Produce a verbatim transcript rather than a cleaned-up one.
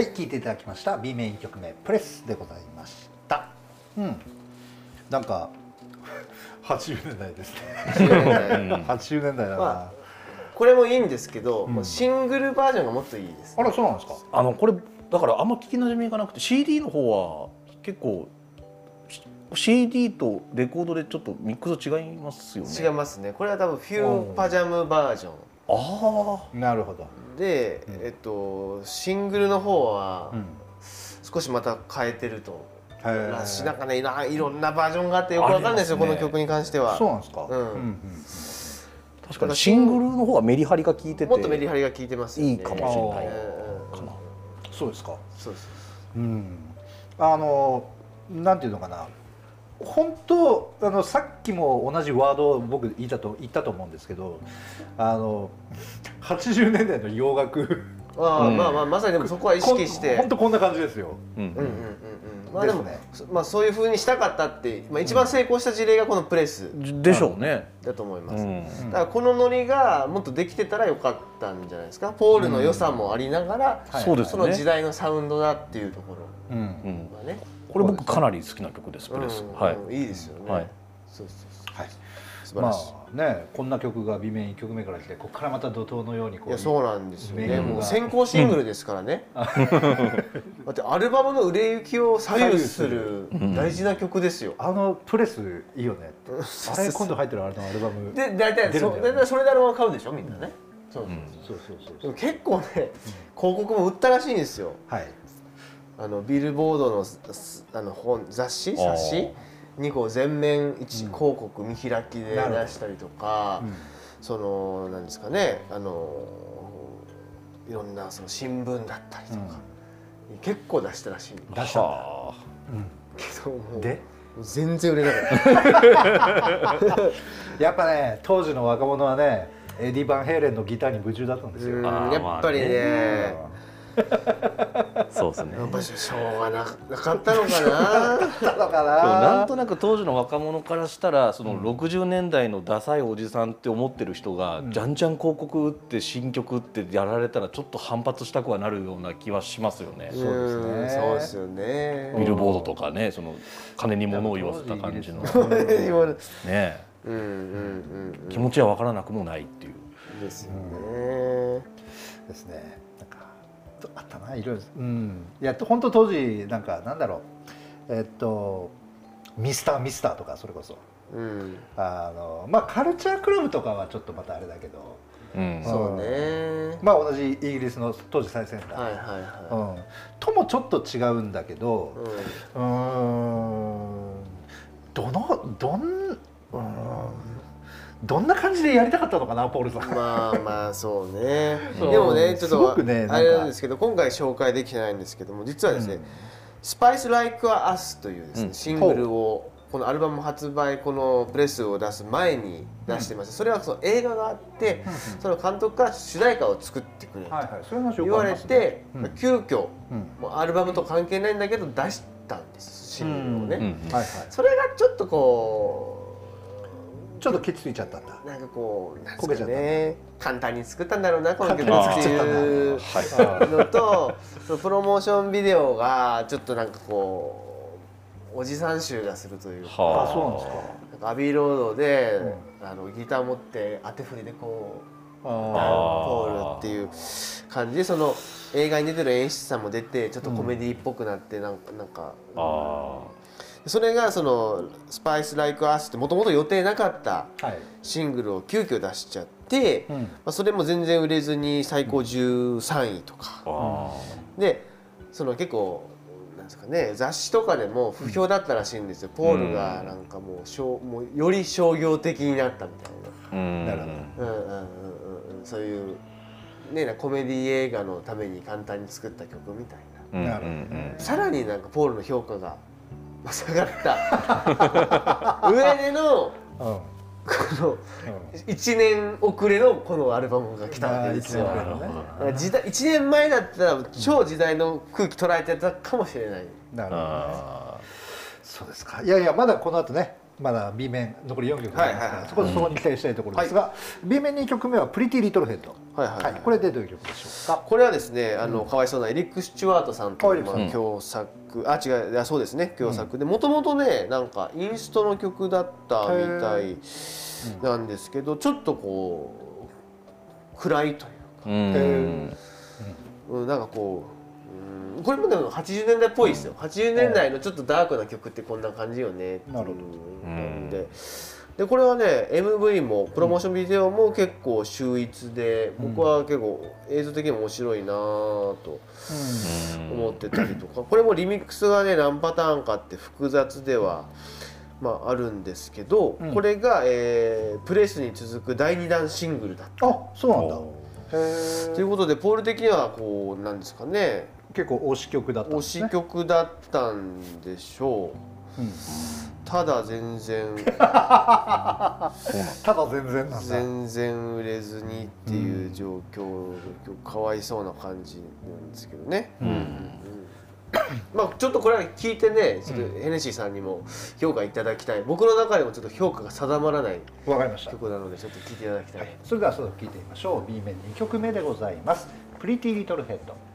はい、聴いていただきました B メイン曲名「プレス」でございました。うん、なんかはちじゅうねんだいですね。はちじゅうねんだいだな、まあ、 これもいいんですけど、うん、シングルバージョンがもっといいです、 ね、あらそうなんですか。 あのこれだからあんま聞きなじみがなくて シーディー の方は結構 シーディー とレコードでちょっとミックス違いますよね。 違いますね。これは多分フューパジャムバージョン。 ああ、なるほど。 で、えっとシングルの方は少しまた変えてると。らしなんかね、いろんなバージョンがあってよくわかんないですよ、この曲に関しては。 そうなんですか。 確かにシングルの方はメリハリが効いてて、 もっとメリハリが効いてますよね。 いいかもしれないかな。 そうですか。 そうです。 うん。あのなんていうのかな。本当あのさっきも同じワードを僕言ったと言ったと思うんですけど、あのはちじゅうねんだいの洋楽。 ああ、まあまあまさにでもそこは意識して。 本当こんな感じですよ。 うんうんうんうん。まあでも、まあそういう風にしたかったって、まあ一番成功した事例がこのプレスでしょうね。 だと思います。だからこのノリがもっとできてたらよかったんじゃないですか。ポールの良さもありながら、その時代のサウンドだっていうところがね。 これ僕かなり好きな曲です。プレス。 はい。いいですよね。はい。そうそうそう。はい。素晴らしい。 まあね、こんな曲が B 面いっきょくめから来て、ここからまた怒涛のようにこう。 いやそうなんですよね。もう先行シングルですからね。だってアルバムの売れ行きを左右する大事な曲ですよ。 あのプレスいいよね。あれ今度入ってるあれのアルバム。 で大体そ大体それでアルバム買うでしょみんなね。そうそうそうそう。 結構ね広告も売ったらしいんですよ。 はい。 あのビルボードのあの本雑誌雑誌にこう全面一広告見開きで出したりとか、そのなんですかね、あのいろんなその新聞だったりとか結構出したらしい。 出したんだ。 けどもうで全然売れなかった。 やっぱね当時の若者はねエディ・バンヘイレンのギターに夢中だったんですよ。 やっぱりね。 そうですね。 やっぱしょうがなかったのかな。 なんとなく当時の若者からしたらそのろくじゅうねんだいのダサいおじさんって思ってる人がじゃんじゃん広告打って新曲ってやられたらちょっと反発したくはなるような気はしますよね。 そうですね。そうですよね。 ビルボードとかね、その金に物を言わせた感じのね、気持ちは分からなくもないっていう。 ですよね。 ですね。あったな、いろいろ。うん。いや、本当当時なんかなんだろう。えっとミスターミスターとかそれこそ。うん。あのまあカルチャークラブとかはちょっとまたあれだけど。 うん。そうね。 まあ同じイギリスの当時最先端。 はいはいはい。 うん。ともちょっと違うんだけど。うん。どのどん。うん。どんな感じでやりたかったのかな、ポールさん。 まあまあそうね。でもね、ちょっとあれなんですけど、今回紹介できてないんですけども、実はですね、スパイス・ライク・アスというですねシングルをこのアルバム発売このプレスを出す前に出してました。それはその映画があって、その監督から主題歌を作ってくれと言われて、急遽アルバムと関係ないんだけど出したんです、シングルをね。それがちょっとこう。 ちょっとケチついちゃったんだ。 なんかこう、なんですかね、簡単に作ったんだろうなこの曲っていうのと、そのプロモーションビデオがちょっとなんかこうおじさん臭がするというか、 あ、そうなんですか。 なんかアビーロードで、うん、あのギター持って当て振りでこうポールっていう感じで、その映画に出てる演出さんも出てちょっとコメディっぽくなってなんかなんか。あそれがその「スパイス・ライク・アス」ってもともと予定なかったシングルを急遽出しちゃって、はい、まあそれも全然売れずに最高じゅうさんいとか、うん、でその結構なんですかね、雑誌とかでも不評だったらしいんですよ。ポールがなんかもうしょう、もうより商業的になったみたいな、なるほど、そういうねコメディ映画のために簡単に作った曲みたいな、うん、さらになんかポールの評価が下がった上でのこのいちねん遅れのこのアルバムが来たわけですよ。時代いちねんまえだったら超時代の空気捉えてたかもしれない。 なるほどね。そうですか。いやいやまだこの後ねまだ B 面残りよんきょくありますからそこそこに期待したいところですが、 はい、 B 面にきょくめはプリティ・リトル・ヘッド、 はいはいはい、 はい、これでどういう曲でしょうか。 これはですねあの、うん、かわいそうなエリック・スチュワートさんという、まあ、共作、あ違ういやそうですね共作でもともとねなんかインストの曲だったみたいなんですけどちょっとこう暗いというか、うんうん、なんかこうこれもでもはちじゅうねんだいっぽいですよ。はちじゅうねんだいのちょっとダークな曲ってこんな感じよねっていう感じで、でこれはね エムブイ もプロモーションビデオも結構秀逸で、僕は結構映像的にも面白いなと思ってたりとか、これもリミックスがね何パターンかって複雑ではまああるんですけど、これが、えー、プレスに続くだいにだんシングルだった。 あ、そうなんだ。 ということでポール的にはこうなんですかね。 結構推し曲だったんですね。 推し曲だったんでしょう、うん、ただ全然ただ全然なんだ全然売れずにっていう状況、うん、かわいそうな感じなんですけどね、うんうんうん、まあちょっとこれは聞いてねちょっとヘネシーさんにも評価いただきたい。僕の中でもちょっと評価が定まらない曲なのでちょっと聞いていただきたい、はい、 それではそれを聞いてみましょう。 B 面にきょくめでございます。プリティ・リトル・ヘッド。